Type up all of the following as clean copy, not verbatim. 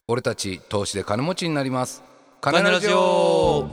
俺たち投資で金持ちになります。 金ラジオ。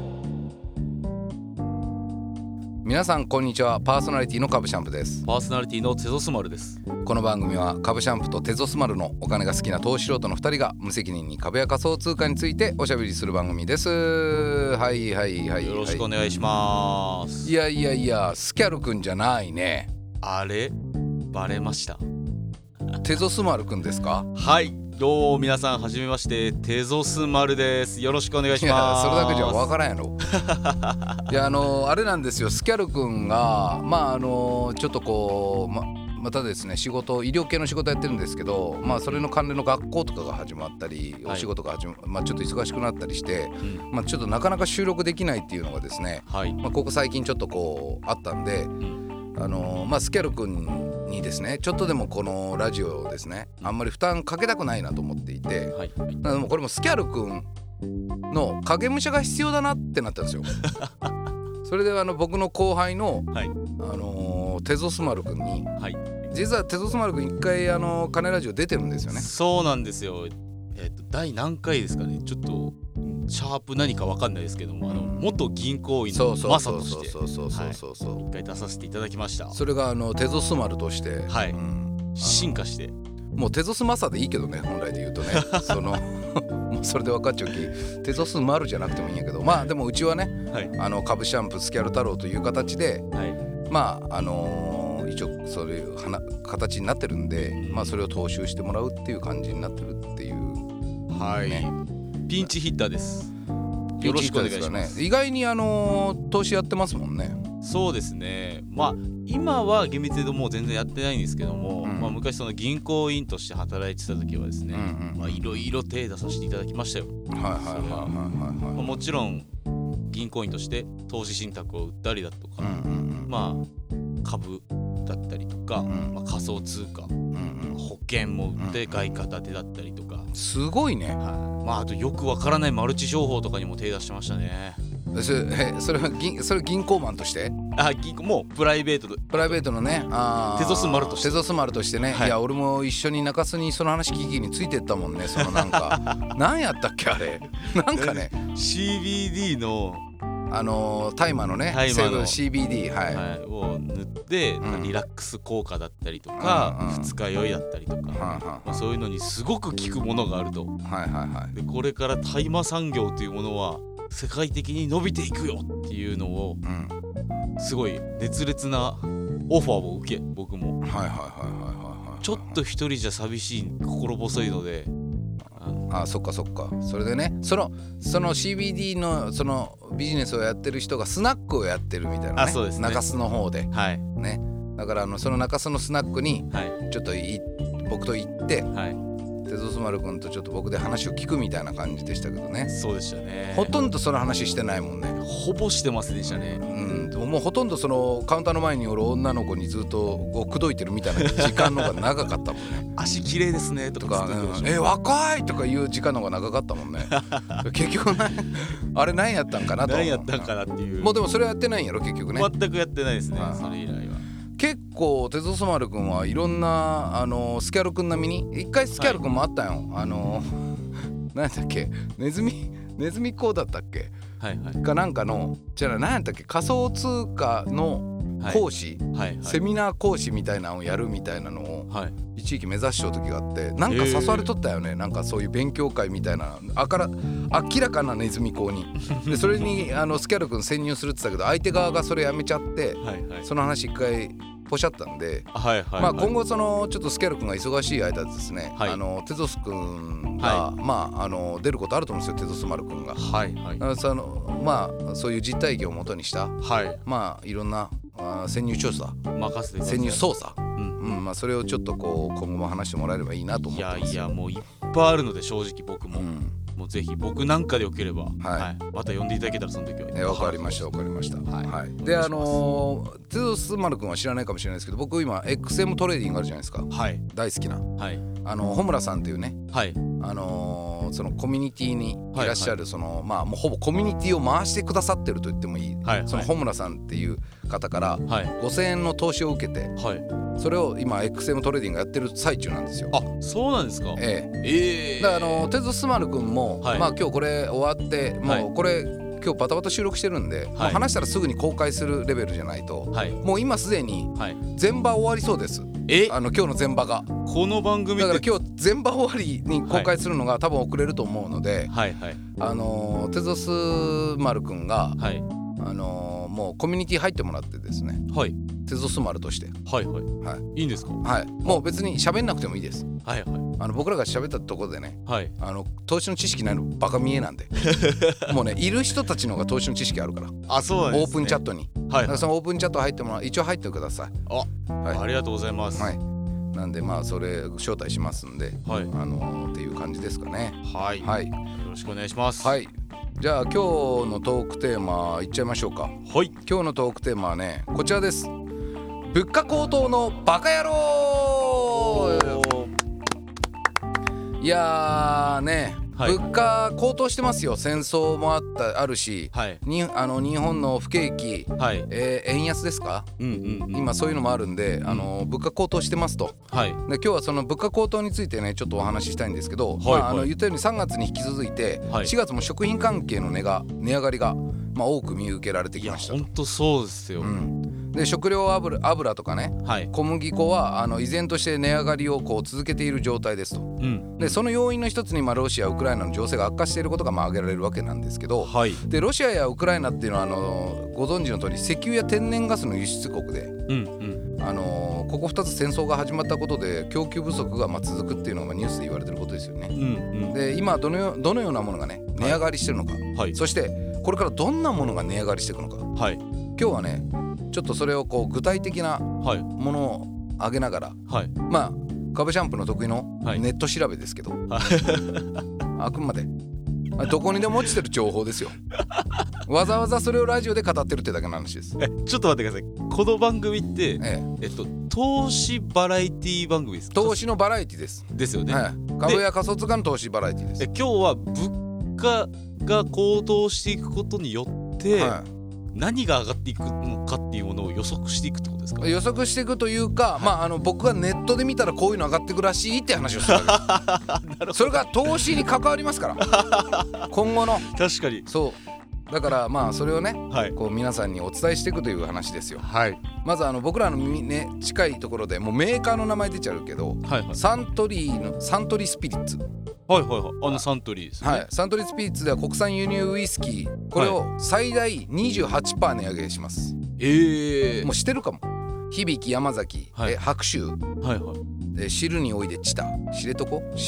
皆さんこんにちは。パーソナリティの株シャンプです。 パーソナリティのテゾスマルです。 この番組は株シャンプとテゾスマルのお金が好きな投資素人の2人が無責任に株や仮想通貨についておしゃべりする番組です。はいはいはい、 よろしくお願いします。 いやスキャルくんじゃないね。 あれバレました。 テゾスマルくんですか？ はい、どうも皆さんはじめまして、テゾスマルです。よろしくお願いします。 いやそれだけじゃ分からんやろいやあれなんですよ。スキャルくんがちょっとこうまたですね、医療系の仕事やってるんですけど、それの関連の学校とかが始まったり、お仕事がちょっと忙しくなったりして、ちょっとなかなか収録できないっていうのがですね、ここ最近ちょっとこうあったんで、スキャル君にですね、ちょっとでもこのラジオをですね、あんまり負担かけたくないなと思っていて、でもこれもスキャル君の影武者が必要だなってなったんですよそれで僕の後輩の、テゾスマル君に、実はテゾスマル君一回金ラジオ出てるんですよね。 そうなんですよ。第何回ですかね、ちょっとシャープ何か分かんないですけども、元銀行員のマサとして一回出させていただきました。 それがテゾスマルとして、 進化して、 もうテゾスマサでいいけどね、本来で言うとねもうそれで分かっちゃうき、テゾスマルじゃなくてもいいんやけど、でもうちはね、株シャンプスキャル太郎という形で、一応そういう形になってるんで、それを踏襲してもらうっていう感じになってるっていう、 ピンチヒッターです。よろしくお願いします。 意外に投資やってますもんね。 そうですね。今は厳密に言うともう全然やってないんですけども、昔その銀行員として働いてた時はですね、いろいろ手出させていただきましたよ。もちろん銀行員として投資信託を売ったりだとか、株だったりとか、仮想通貨、保険も売って外貨建てだったりとか、 すごいね。 あとよくわからないマルチ商法とかにも手出してましたね。 それ銀行マンとして？ 銀行もプライベートのね、 テゾスマルとしてね、いや俺も一緒に中洲にその話聞きについてったもんね。そのなんか何やったっけあれ、なんかね CBD の大麻のね、成分 CBD、 を塗ってリラックス効果だったりとか、二日酔いだったりとか、そういうのにすごく効くものがあると。でこれから大麻産業というものは世界的に伸びていくよっていうのを、すごい熱烈なオファーを受け、僕もちょっと一人じゃ寂しい、心細いので、 そっか。それでね、その CBD のそのビジネスをやってる人がスナックをやってるみたいなね。 そうですね、 中洲の方で、ね、だからその中洲のスナックにちょっと僕と行って、テゾスマル君とちょっと僕で話を聞くみたいな感じでしたけどね。 そうでしたね。 ほとんどその話してないもんね。 ほぼしてませんでしたね。 もうほとんどそのカウンターの前におる女の子にずっと口説いてるみたいな時間の方が長かったもんね足綺麗ですねとか、 若いとかいう時間の方が長かったもんね結局あれ何やったんかなと。 何やったんかなっていう。 もうでもそれはやってないんやろ結局ね。 全くやってないですね。それ以来は結構テゾスマル君はいろんなスキャル君並みに一回スキャル君もあったよ。何やったっけ、ネズミ講だったっけ、かなんかのじゃあ何やったっけ、仮想通貨の講師、セミナー講師みたいなのをやるみたいなのを一時期目指しとる時があって、なんか誘われとったよね。なんかそういう勉強会みたいな、明らかなネズミ講にでそれにスキャル君潜入するって言ったけど、相手側がそれやめちゃって、その話一回ポシャったんで、今後そのちょっとスキャル君が忙しい間ですね、テゾス君が、出ることあると思うんですよ、テゾスマル君が。そういう実体験をもとにした、いろんな潜入調査、潜入捜査、それをちょっとこう今後も話してもらえればいいなと思ってます。 いやもういっぱいあるので、正直僕も、もうぜひ僕なんかでよければ、また呼んでいただけたらその時は。 わかりました。でテゾスマル君は知らないかもしれないですけど、僕今 XM トレーディングあるじゃないですか、大好きな、穂村さんっていうね、 そのコミュニティにいらっしゃるそのまあもうほぼコミュニティを回してくださってると言ってもいい、その穂村さんっていう方から5000円の投資を受けて、それを今 XM トレーディングやってる最中なんですよ。 あ、そうなんですか。 だからテゾスマル君もまあ今日これ終わってもうこれ今日バタバタ収録してるんで、もう話したらすぐに公開するレベルじゃないと、もう今すでに全場終わりそうです。今日の全場がこの番組だから今日全場終わりに公開するのが多分遅れると思うので、テゾスマル君が、もうコミュニティ入ってもらってですね、テゾスマルとしていいんですか。 もう別に喋んなくてもいいです。僕らが喋ったところでね、投資の知識ないのバカ見えなんでもうねいる人たちの方が投資の知識あるから、 そうなんですね、 オープンチャットに、だからそのオープンチャット入ってもらう、一応入ってください。 ありがとうございます。 なんでまあそれ招待しますんで、っていう感じですかね。 よろしくお願いします。 じゃあ今日のトークテーマいっちゃいましょうか。今日のトークテーマはねこちらです。物価高騰のバカ野郎。いやーね、物価高騰してますよ。戦争もあるし、日本の不景気、円安ですか、今そういうのもあるんで、物価高騰してますと、で今日はその物価高騰についてねちょっとお話ししたいんですけど、言ったように3月に引き続いて、4月も食品関係の値上がりが、多く見受けられてきましたと。 本当そうですよ。 で食料油とかね、小麦粉は依然として値上がりをこう続けている状態ですと、でその要因の一つにロシアウクライナの情勢が悪化していることが挙げられるわけなんですけど、でロシアやウクライナっていうのはご存知の通り石油や天然ガスの輸出国で、ここ2つ戦争が始まったことで供給不足が続くっていうのがニュースで言われてることですよね。で今どのようなものがね値上がりしてるのか、そしてこれからどんなものが値上がりしていくのか、今日はねちょっとそれをこう具体的なものを挙げながら、株シャンプの得意のネット調べですけど、あくまでどこにでも落ちてる情報ですよ。わざわざそれをラジオで語ってるってだけの話です。 ちょっと待ってください。この番組って、投資バラエティ番組ですか。 投資のバラエティですよね、 株や仮想通貨の投資バラエティです。 今日は物価が高騰していくことによって、何が上がっていくのかっていうものを予測していくってことですか。 予測していくというか、僕がネットで見たらこういうの上がっていくらしいって話をするわけですそれが投資に関わりますから今後の。 確かにそうだからそれをね、こう皆さんにお伝えしていくという話ですよ。まず僕らのね近いところでもうメーカーの名前出ちゃうけど、サントリースピリッツ、サントリーですね。サントリースピリッツでは国産輸入ウイスキー、これを最大 28% 値上げします。もうしてるかも。響山崎、白州、汁においで知多、知床、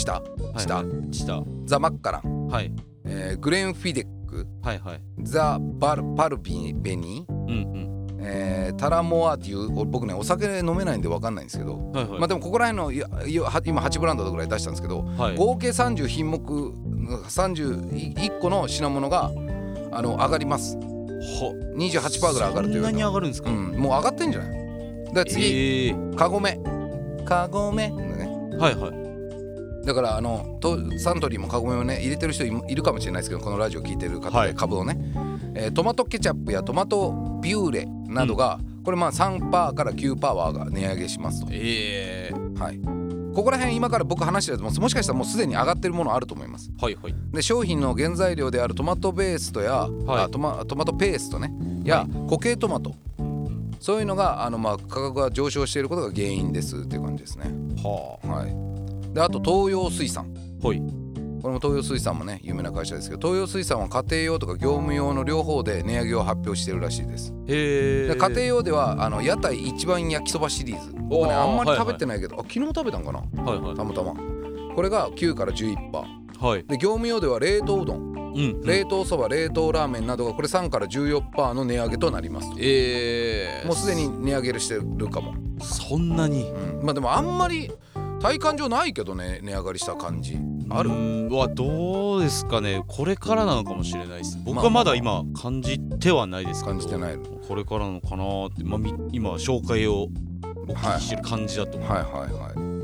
ザ・マッカラン、グレンフィデック、ザ・パルベニー、タラモアっていう、僕ねお酒飲めないんで分かんないんですけど、でもここら辺の今8ブランドぐらい出したんですけど、合計30品目31個の品物が上がります。28% ぐらい上がるという。 そんなに上がるんですか。 もう上がってんじゃない。だから次、カゴメね。だからサントリーもカゴメをね入れてる人いるかもしれないですけど、このラジオ聞いてる方で株をね、トマトケチャップやトマトビューレなどが、これ3% から 9% は値上げしますと。ここら辺今から僕話してるともしかしたらもうすでに上がってるものあると思います。で商品の原材料であるトマトベーストや、トマトペーストねや、固形トマト、そういうのが価格が上昇していることが原因ですっていう感じですね。であと東洋水産、これも東洋水産もね有名な会社ですけど、東洋水産は家庭用とか業務用の両方で値上げを発表しているらしいです。で家庭用では屋台一番焼きそばシリーズ、僕ねあんまり食べてないけど、昨日食べたんかな、たまたま。これが9から 11%、で業務用では冷凍うどん、冷凍そば、冷凍ラーメンなどがこれ3から 14% の値上げとなりますと。もうすでに値上げしてるかも。 そんなに、 でもあんまり体感上ないけどね、値上がりした感じある？ どうですかね。これからなのかもしれないです。僕はまだ今感じてはないですけど、 感じてない。 これからなのかなって、今紹介をお聞きしてる感じだと思う。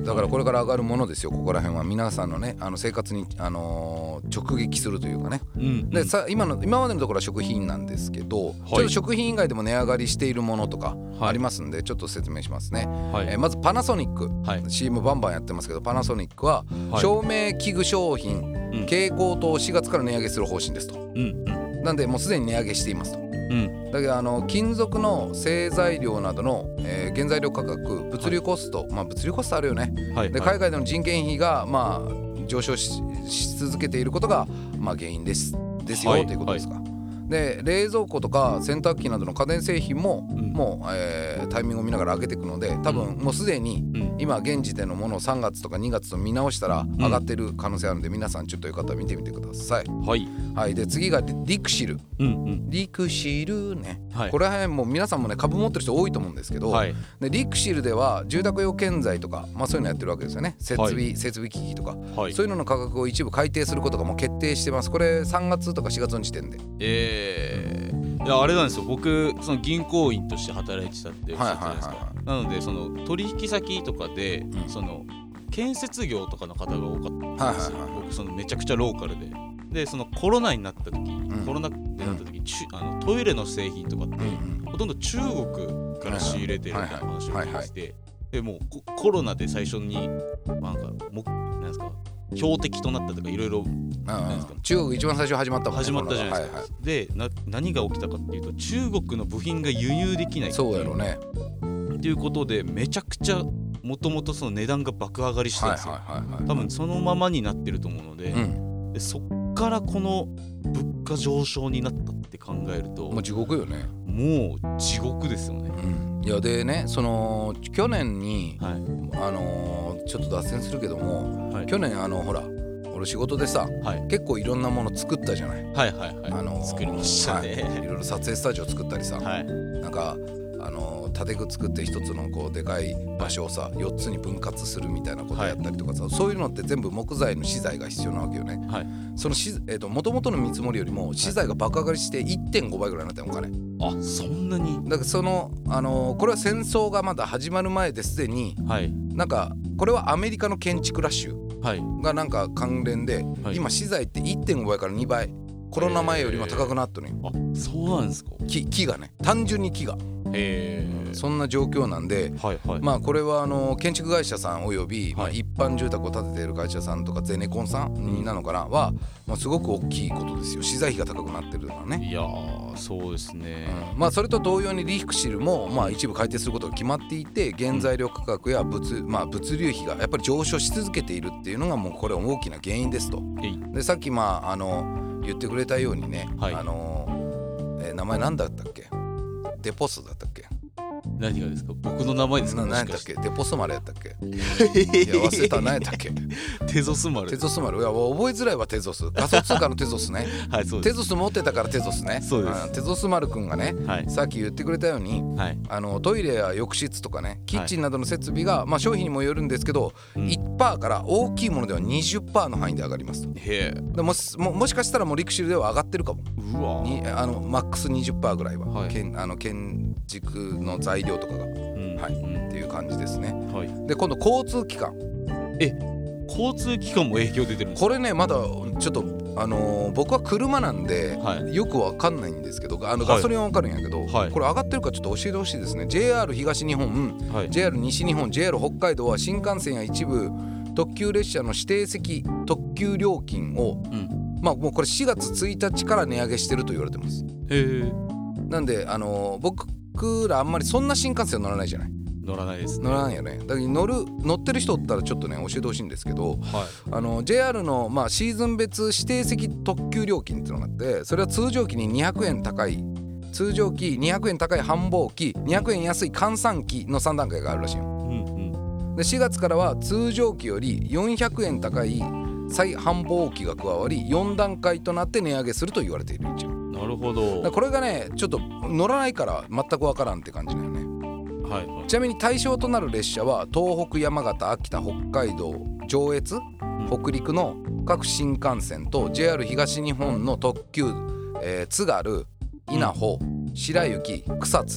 だからこれから上がるものですよ。ここら辺は皆さんのね生活に、直撃するというかね、で今までのところは食品なんですけど、ちょっと食品以外でも値上がりしているものとかありますんで、ちょっと説明しますね。まずパナソニック、CM バンバンやってますけど、パナソニックは照明器具商品蛍光灯を4月から値上げする方針ですと。なんでもうすでに値上げしていますと。だけど金属の製材料などの、原材料価格、物流コスト、物流コストあるよね。で海外での人件費が上昇 し続けていることが原因ですよということですか。で冷蔵庫とか洗濯機などの家電製品も、もう、タイミングを見ながら上げていくので、多分もうすでに今現時点のものを3月とか2月と見直したら上がってる可能性あるので、皆さんちょっとよかったら見てみてください。で次がリクシル、リクシルね、これはもう皆さんもね株持ってる人多いと思うんですけど、でリクシルでは住宅用建材とか、そういうのやってるわけですよね。設備機器とか、そういうのの価格を一部改定することがもう決定してます。これ3月とか4月の時点で。 いやあれなんですよ、僕その銀行員として働いてたっておっしゃったじゃないですか。なのでその取引先とかで、その建設業とかの方が多かったんですよ。僕そのめちゃくちゃローカルでそのコロナになった時、コロナってなった時、トイレの製品とかって、ほとんど中国から仕入れてるみたいな話を聞いてて、でもうコロナで最初になんですか標的となったとかいろいろ中国一番最初始まったもんね。 始まったじゃないですか。で何が起きたかっていうと、中国の部品が輸入できないっていう。 そうやろね。 っていうことでめちゃくちゃもともとその値段が爆上がりしてるんですよ。多分そのままになってると思うので、でそっからこの物価上昇になったって考えると、 もう地獄よね。 もう地獄ですよね。 いやでね、その去年に、ちょっと脱線するけども、去年ほら俺仕事でさ、結構いろんなもの作ったじゃない。 作りましたね。 いろいろ撮影スタジオ作ったりさ、なんか建具作って一つのこうでかい場所をさ4つに分割するみたいなことやったりとかさ、そういうのって全部木材の資材が必要なわけよね。その元々の見積もりよりも資材が爆上がりして 1.5 倍ぐらいになったよお金。 そんなに。 だからそのこれは戦争がまだ始まる前ですでに、なんかこれはアメリカの建築ラッシュがなんか関連で、今資材って 1.5 倍から2倍コロナ前よりも高くなってるんよ。 そうなんですか。 木がね、単純に木がそんな状況なんで、これは建築会社さんおよび、一般住宅を建てている会社さんとかゼネコンさんなのかなは、すごく大きいことですよ。資材費が高くなってるのはね。 いやそうですね。 それと同様にリクシルも、一部改定することが決まっていて、原材料価格や物流費がやっぱり上昇し続けているっていうのがもうこれ大きな原因ですと。でさっき言ってくれたようにね、名前なんだったっけ？デポスだったっけ？ 何がですか？僕の名前ですか？ 何だっけ？デポスマルやったっけ？いや忘れた。何やったっけ？ テゾスマル。 テゾスマル。いや覚えづらいわ。テゾス。仮想通貨のテゾスね。 そうです。 テゾス持ってたからテゾスね。 そうです。 テゾスマルくんがね、さっき言ってくれたように、トイレや浴室とかね、キッチンなどの設備が、商品にもよるんですけど、1% から大きいものでは 20% の範囲で上がりますと。でもしかしたらもうリクシルでは上がってるかも。マックス 20% ぐらいは、建築の材料とかが、っていう感じですね。で今度交通機関。 交通機関も影響出てるんですか？ これねまだちょっと僕は車なんで、よくわかんないんですけど、ガソリンはわかるんやけど、これ上がってるかちょっと教えてほしいですね。 JR 東日本、JR 西日本、 JR 北海道は新幹線や一部特急列車の指定席特急料金を、もうこれ4月1日から値上げしてると言われてます。なんで僕らあんまりそんな新幹線乗らないじゃない。 乗らないですね。 乗らないよね。だから乗ってる人だったらちょっとね教えてほしいんですけど、JR のシーズン別指定席特急料金っていうのがあって、それは通常期に200円高い通常期、200円高い繁忙期、200円安い閑散期の3段階があるらしいよ。で4月からは通常期より400円高い再繁忙期が加わり4段階となって値上げすると言われている一部。 なるほど。 これがねちょっと乗らないから全く分からんって感じだよね。ちなみに対象となる列車は東北、山形、秋田、北海道、上越、北陸の各新幹線と JR 東日本の特急、津軽、稲穂、白雪、草津、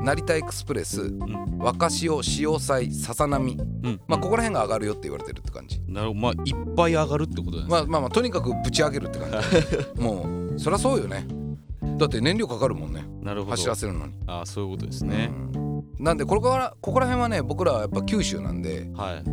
成田エクスプレス、若潮、潮祭、笹波、ここら辺が上がるよって言われてるって感じ。 なるほど、いっぱい上がるってことですね。 とにかくぶち上げるって感じもうそりゃそうよね。だって燃料かかるもんね。 なるほど、 走らせるのに。 そういうことですね。 なんでここら辺はね、僕らはやっぱ九州なんで、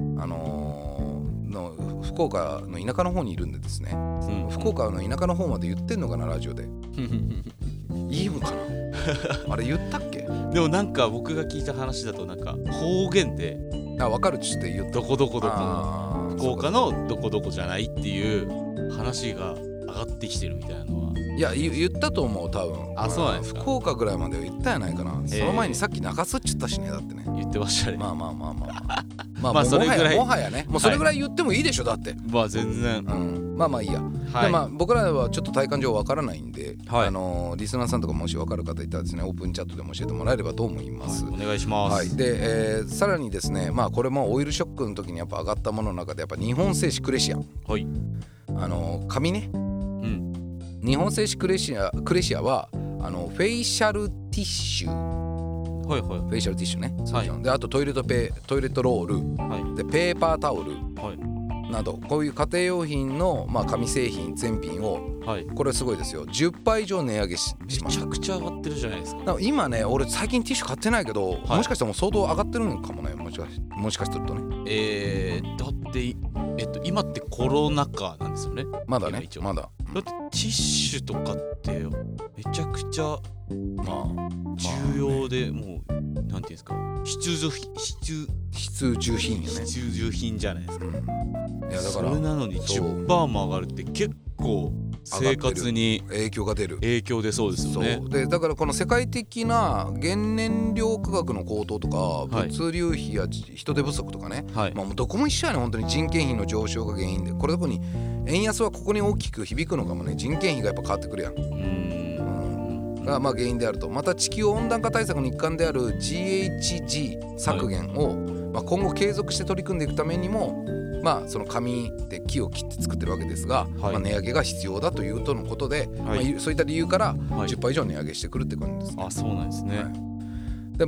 福岡の田舎の方にいるんでですね、福岡の田舎の方まで言ってんのかな、ラジオでいいのかなあれ言ったっけ。 でもなんか僕が聞いた話だと、なんか方言で分かるっつって言った、 どこどこどこの福岡のどこどこじゃないっていう話が上がってきてるみたいなのは。 いや言ったと思う、多分。 そうなんですか。 福岡ぐらいまでは言ったやないかな。その前にさっき中洲っちゅったしね。だってね、 言ってましたね。 それぐらい、もはやね、もうそれぐらい言ってもいいでしょ、だって。 全然、 いいや。で僕らはちょっと体感上わからないんで、リスナーさんとかもしわかる方いたらですね、オープンチャットでも教えてもらえればと思います。 お願いします。 で、さらにですね、これもオイルショックの時にやっぱ上がったものの中で、やっぱ日本製紙クレシア、紙ね、日本製紙クレシアはフェイシャルティッシュ、フェイシャルティッシュね、であとトイレットロール、でペーパータオル、などこういう家庭用品の紙製品全品を、これすごいですよ、10%以上値上げしました。 めちゃくちゃ上がってるじゃないですか。 今ね、俺最近ティッシュ買ってないけど、もしかしたらもう相当上がってるのかもね、もしかするとね。 だって今ってコロナ禍なんですよね。 まだね、まだ。 だってティッシュとかってめちゃくちゃ重要で、もうなんていうんですか、必需品よね。必需品じゃないですか。いやだからそれなのに 10% も上がるって結構生活に影響が出る。 影響出そうですよね。 でだからこの世界的な原燃料価格の高騰とか、物流費や人手不足とかね、もうどこも一緒やね。本当に人件費の上昇が原因で、これどこに円安はここに大きく響くのかもね。人件費がやっぱ変わってくるやん。が原因であると。また地球温暖化対策の一環である GHG 削減を、今後継続して取り組んでいくためにも、その紙で木を切って作ってるわけですが、値上げが必要だというとのことで、そういった理由から 10% 以上値上げしてくるって感じですね。 そうなんですね。 で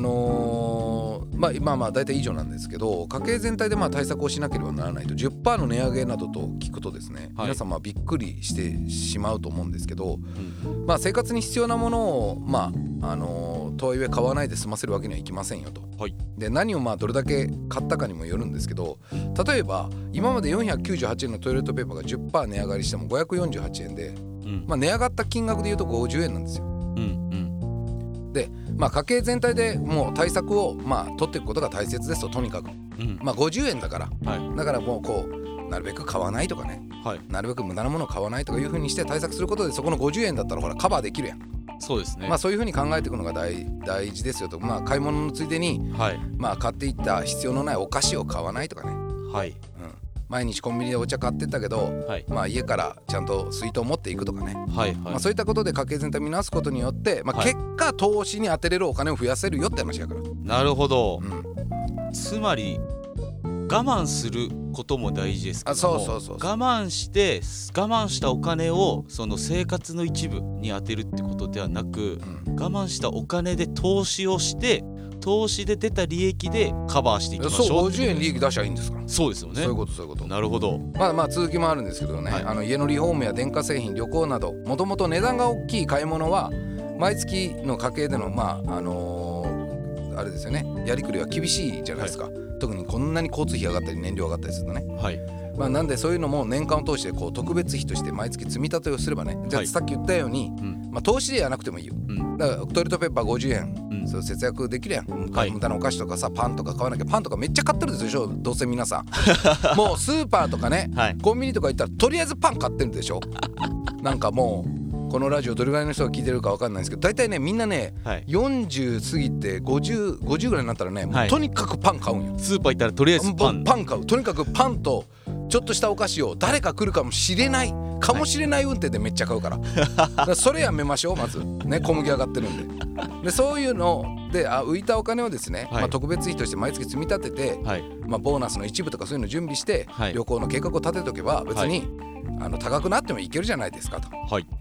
大体以上なんですけど、家計全体で対策をしなければならないと 10% の値上げなどと聞くとですね、皆さんびっくりしてしまうと思うんですけど、生活に必要なものをとはいえ買わないで済ませるわけにはいきませんよと。で何をどれだけ買ったかにもよるんですけど、例えば今まで498円のトイレットペーパーが 10% 値上がりしても548円で、値上がった金額でいうと50円なんですよ。で家計全体でもう対策を取っていくことが大切ですと。とにかく、50円だから、だからもうなるべく買わないとかね、なるべく無駄なものを買わないとかいう風にして対策することで、そこの50円だったらカバーできるやん。 そうですね。 そういう風に考えていくのが大事ですよと。買い物のついでに、買っていった必要のないお菓子を買わないとかね。毎日コンビニでお茶買ってったけど、家からちゃんと水筒を持っていくとかね、そういったことで家計全体見直すことによって、結果投資に当てれるお金を増やせるよって話だから。 なるほど、つまり我慢することも大事ですけども、我慢したお金をその生活の一部に当てるってことではなく、我慢したお金で投資をして、投資で出た利益でカバーしていきましょう。 そう、50円利益出しゃいいんですから。 そうですよね。 そういうこと。 なるほど。 続きもあるんですけどね、家のリフォームや電化製品、旅行などもともと値段が大きい買い物は毎月の家計でのあれですよね、やりくりは厳しいじゃないですか。特にこんなに交通費上がったり燃料上がったりするとね。なんでそういうのも年間を通して特別費として毎月積み立てをすればね、じゃあさっき言ったように、投資でやらなくてもいいよ。だからトイレットペーパー50円、それ節約できるやん。無駄なお菓子とかさ、パンとか買わなきゃ。パンとかめっちゃ買ってるでしょ、どうせ皆さんもうスーパーとかね、コンビニとか行ったらとりあえずパン買ってるでしょ。なんかもうこのラジオどれぐらいの人が聞いてるか分かんないんですけど、大体ねみんなね、40過ぎて50ぐらいになったらね、もうとにかくパン買うんよ。 スーパー行ったらとりあえずパン買う。とにかくパンとちょっとしたお菓子を誰か来るかもしれない運転でめっちゃ買うからそれやめましょう。まずね、小麦上がってるんでそういうので浮いたお金をですね、特別費として毎月積み立てて、ボーナスの一部とかそういうの準備して、旅行の計画を立てとけば別に、高くなってもいけるじゃないですかと。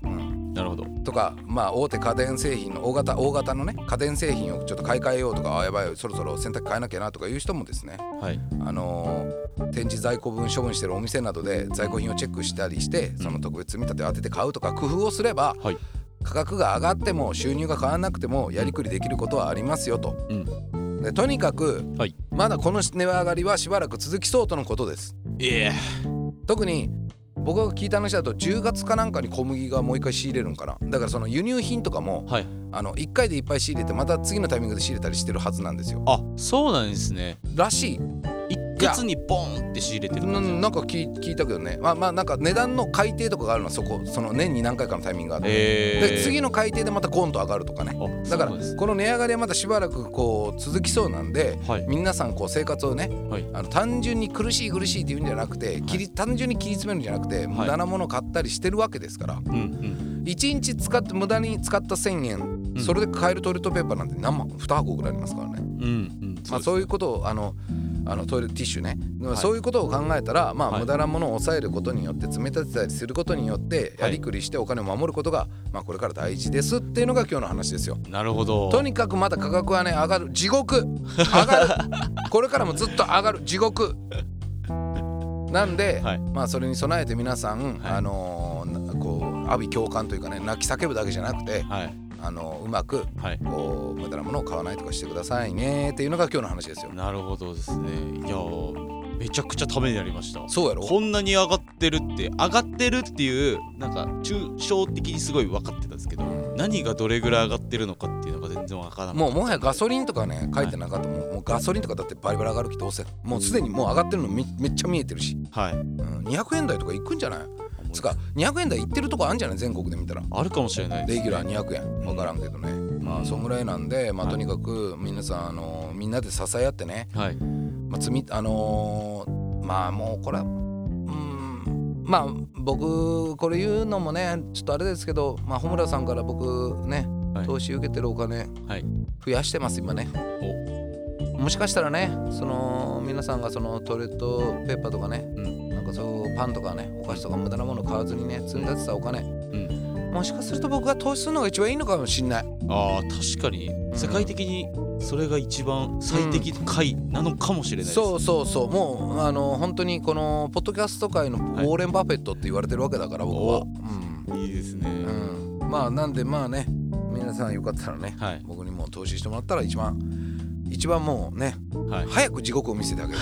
なるほど。 とか、まあ大手家電製品の大型のね家電製品をちょっと買い替えようとか、やばいそろそろ洗濯機変えなきゃなとかいう人もですね、 はい、 展示在庫分処分してるお店などで在庫品をチェックしたりして、その特別積み立てを当てて買うとか工夫をすれば、はい、価格が上がっても収入が変わらなくてもやりくりできることはありますよと、でとにかく、はい、まだこの値上がりはしばらく続きそうとのことです。特に僕が聞いた話だと10月かなんかに小麦がもう一回仕入れるんかな。だからその輸入品とかも、はい、1回でいっぱい仕入れてまた次のタイミングで仕入れたりしてるはずなんですよ。 あ、そうなんですね。 らしい。 一括にボーンって仕入れてる感じなんか聞いたけどね。まあなんか値段の改定とかがあるのはその年に何回かのタイミングがあって、で次の改定でまたコンと上がるとかね。だからこの値上がりはまたしばらくこう続きそうなんで、はい、皆さんこう生活をね、はい、単純に苦しいっていうんじゃなくて、はい、単純に切り詰めるんじゃなくて、無駄なものを買ったりしてるわけですから、1日無駄に使った1000円、それで買えるトイレットペーパーなんて2箱ぐらいありますからね。まあそういうことをトイレティッシュね、はい、そういうことを考えたら、まあ、無駄なものを抑えることによって積み立てたりすることによってやりくりしてお金を守ることが、まあ、これから大事ですっていうのが今日の話ですよ。 なるほど。 とにかくまた価格はね上がる、地獄上がるこれからもずっと上がる地獄なんで、はい、まあそれに備えて皆さん、はい、こう阿鼻共感というかね、泣き叫ぶだけじゃなくて、はい、うまく、はい、こう無駄なものを買わないとかしてくださいねっていうのが今日の話ですよ。 なるほどですね。いやめちゃくちゃためになりました。 そうやろ。 こんなに上がってるっていうなんか抽象的にすごい分かってたんですけど、何がどれぐらい上がってるのかっていうのが全然分からなかった。 もはやガソリンとかね書いてなかった、はい、もうガソリンとかだってバリバリ上がる気どうせもうすでにもう上がってるのめっちゃ見えてるし、はい、200円台とかいくんじゃない？つか200円台いってるとこあるんじゃない？全国で見たらあるかもしれないです、ね、 レギュラー200円分からんけどね、まあそんぐらいなんで、まあとにかく皆さんみんなで支え合ってね、はい、まあまあもうこれまあ僕これ言うのもねちょっとあれですけど、まあ穂村さんから僕ね、はい、投資受けてるお金増やしてます今ね。もしかしたらね皆さんがそのトイレットペーパーとかね、なんかそうパンとかねお菓子とか無駄なもの買わずにね積み立てたお金、もしかすると僕が投資するのが一番いいのかもしんない。 確かに世界的にそれが一番最適解なのかもしれないです、ね、 そうもう本当にこのポッドキャスト界のウォーレン・バフェットって言われてるわけだから僕は、 いいですね、 まあなんでまあね皆さんよかったらね、はい、僕にも投資してもらったら一番もうね、はい、早く地獄を見せてあげる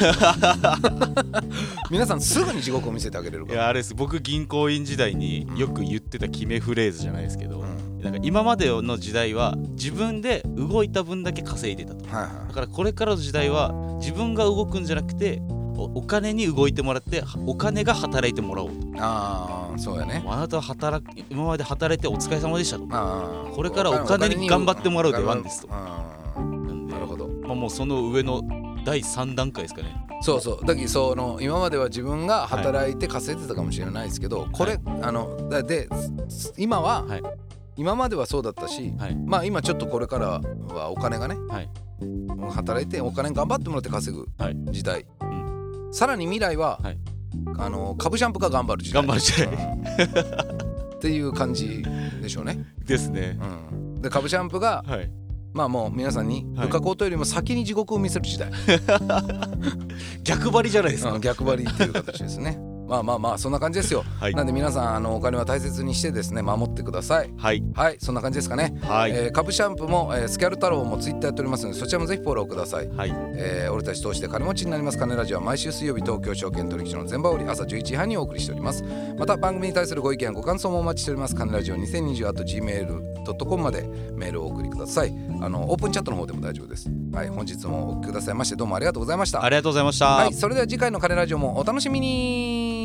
皆さんすぐに地獄を見せてあげれるから。 いやあれです、僕銀行員時代によく言ってた決めフレーズじゃないですけど、なんか今までの時代は自分で動いた分だけ稼いでたと、だからこれからの時代は自分が動くんじゃなくてお金に動いてもらってお金が働いてもらおうと。 そうやね。 あなたは今まで働いてお疲れ様でしたと、これからお金に頑張ってもらう出番ですと。 なるほど。 もうその上の第3段階ですかね。 そうだけど今までは自分が働いて稼いでたかもしれないですけど、これで今は、今まではそうだったし、まあ今ちょっとこれからはお金がね、働いてお金頑張ってもらって稼ぐ時代、さらに未来は、株シャンプが頑張る時代っていう感じでしょうね。 ですね。 で株シャンプが、まあもう皆さんに物価高騰よりも先に地獄を見せる時代、 逆張りじゃないですか。 逆張りっていう形ですね。まあそんな感じですよ、なんで皆さんお金は大切にしてですね守ってください。はいそんな感じですかね。株シャンプも、スキャル太郎もツイッターやっておりますのでそちらもぜひフォローください。俺たち通して金持ちになります金ラジオは毎週水曜日東京証券取引所の全場売り朝11時半にお送りしております。また番組に対するご意見ご感想もお待ちしております。金ラジオ2020@gmail.com までメールをお送りください。オープンチャットの方でも大丈夫です。本日もお聞きくださいましてどうもありがとうございました。 ありがとうございました。 それでは次回の金ラジオもお楽しみに。